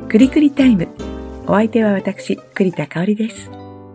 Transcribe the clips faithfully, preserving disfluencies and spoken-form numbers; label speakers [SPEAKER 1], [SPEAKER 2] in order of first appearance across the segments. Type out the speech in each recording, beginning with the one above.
[SPEAKER 1] くりくりタイム。お相手は私、栗田香織です。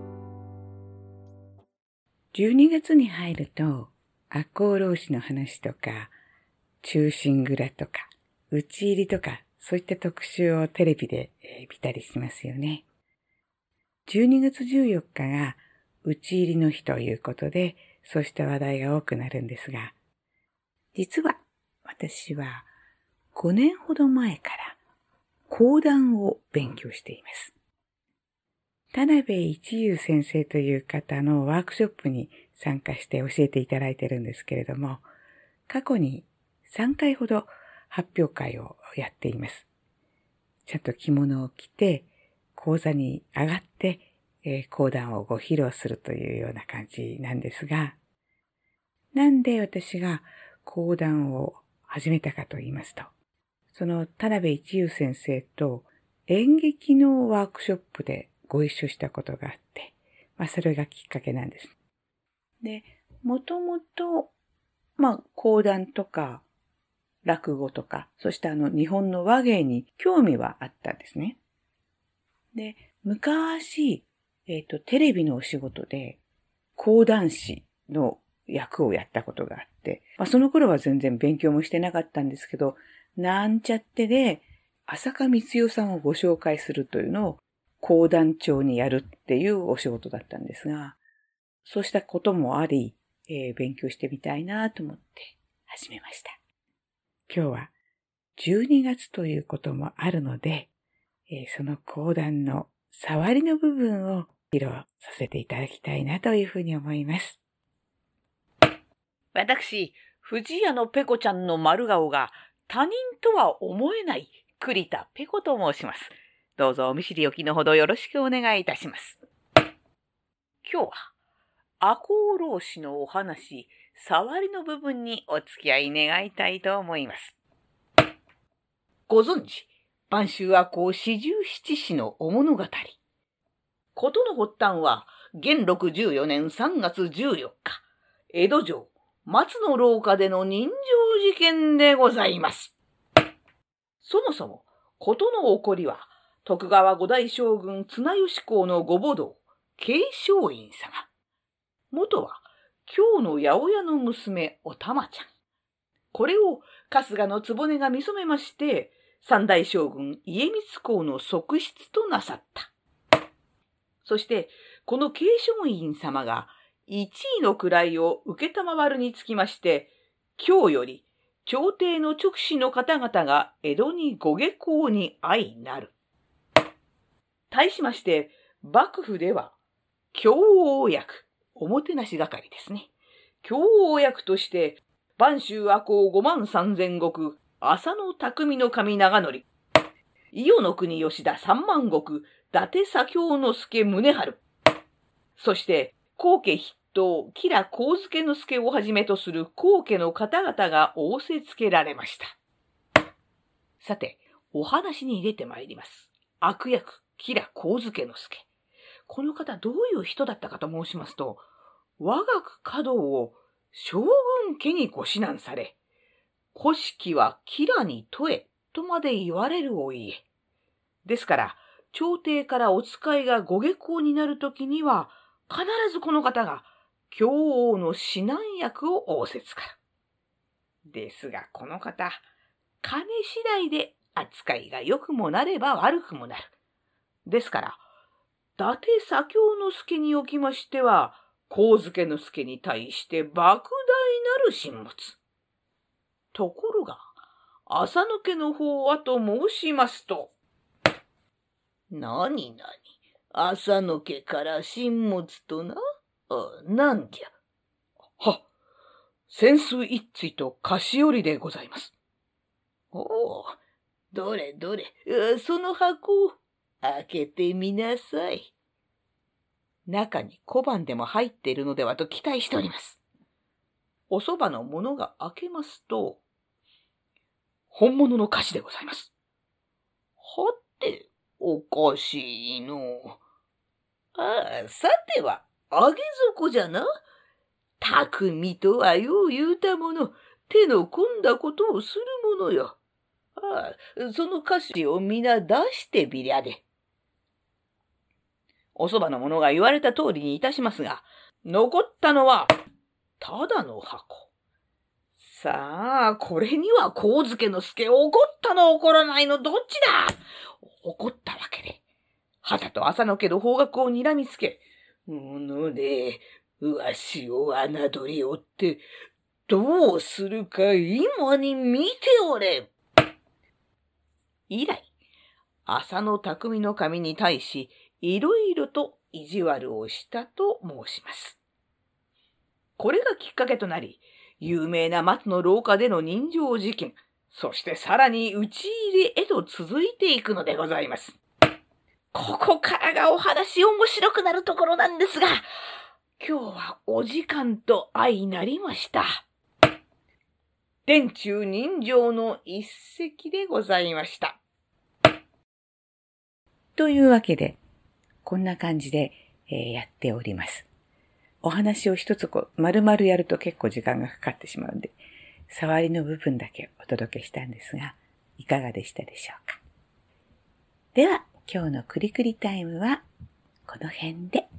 [SPEAKER 1] じゅうにがつに入ると、赤穂浪士の話とか、忠臣蔵とか、討ち入りとか、そういった特集をテレビで見たりしますよね。じゅうにがつじゅうよっかが討ち入りの日ということで、そうした話題が多くなるんですが、実は私はごねんほど前から講談を勉強しています。田辺一雄先生という方のワークショップに参加して教えていただいているんですけれども、過去にさんかいほど発表会をやっています。ちゃんと着物を着て講座に上がって、えー、講談をご披露するというような感じなんですが、なんで私が講談を始めたかと言いますと、その田辺一雄先生と演劇のワークショップでご一緒したことがあって、まあそれがきっかけなんです。で、もともと、まあ講談とか落語とか、そしてあの日本の話芸に興味はあったんですね。で、昔、えっと、テレビのお仕事で講談師の役をやったことがあって、まあその頃は全然勉強もしてなかったんですけど、なんちゃってで浅香光代さんをご紹介するというのを講談帳にやるっていうお仕事だったんですが、そうしたこともあり、えー、勉強してみたいなと思って始めました。今日はじゅうにがつということもあるので、えー、その講談の触りの部分を披露させていただきたいなというふうに思います。
[SPEAKER 2] 私、藤屋のペコちゃんの丸顔が他人とは思えない栗田ペコと申します。どうぞお見知りおきのほどよろしくお願いいたします。今日は赤穂浪士のお話、触りの部分にお付き合い願いたいと思います。ご存知、播州赤穂四十七士のお物語。ことの発端は元禄じゅうよねんさんがつじゅうよっか、江戸城松の廊下での人情事件でございます。そもそも、ことの起こりは、徳川五代将軍綱吉公のご母堂、慶松院様。元は、京の八百屋の娘、お玉ちゃん。これを、春日の局が見初めまして、三代将軍家光公の側室となさった。そして、この慶松院様が、一位の位を受けたまわるにつきまして、今日より、朝廷の勅使の方々が江戸にご下校に相なる。対しまして、幕府では、教王役、おもてなし係ですね。教王役として、播州赤穂五万三千石、浅野匠の神長則、伊予の国吉田三万石、伊達左京之助宗春、そして、高家筆頭、吉良上野之助をはじめとする高家の方々が仰せつけられました。さて、お話に入れてまいります。悪役、吉良上野之助。この方どういう人だったかと申しますと、我が区華道を将軍家にご指南され、古式は吉良に問えとまで言われるお家。ですから、朝廷からお使いがご下校になるときには、必ずこの方が教王の指南役を仰せつかる。ですがこの方、金次第で扱いが良くもなれば悪くもなる。ですから、伊達左京之助におきましては、上野之助に対して莫大なる神物。ところが、浅野家の方はと申しますと、なになに、浅野家から神物とな、あ、なんじゃ。は、扇子一対と菓子折りでございます。おお、どれどれ、その箱を開けてみなさい。中に小判でも入っているのではと期待しております。おそばのものが開けますと、本物の菓子でございます。はて、おかしいの。ああ、さては、上げ底じゃな。匠とはよう言うたもの、手の込んだことをするものよ。 ああ、その菓子を皆出してびりゃで。おそばの者が言われた通りにいたしますが、残ったのは、ただの箱。さあ、これには光助の助怒ったの怒らないのどっちだ。怒ったわけで、旗と朝の家の方角を睨みつけ、もので、わしを侮りおって、どうするか今に見ておれ。以来、朝の匠の神に対し、いろいろと意地悪をしたと申します。これがきっかけとなり、有名な松の廊下での人情事件、そしてさらに討ち入りへと続いていくのでございます。ここからがお話面白くなるところなんですが、今日はお時間と相なりました。天中人情の一席でございました。
[SPEAKER 1] というわけで、こんな感じで、えー、やっております。お話を一つこう、丸々やると結構時間がかかってしまうんで、触りの部分だけお届けしたんですが、いかがでしたでしょうか。では、今日のクリクリタイムはこの辺で。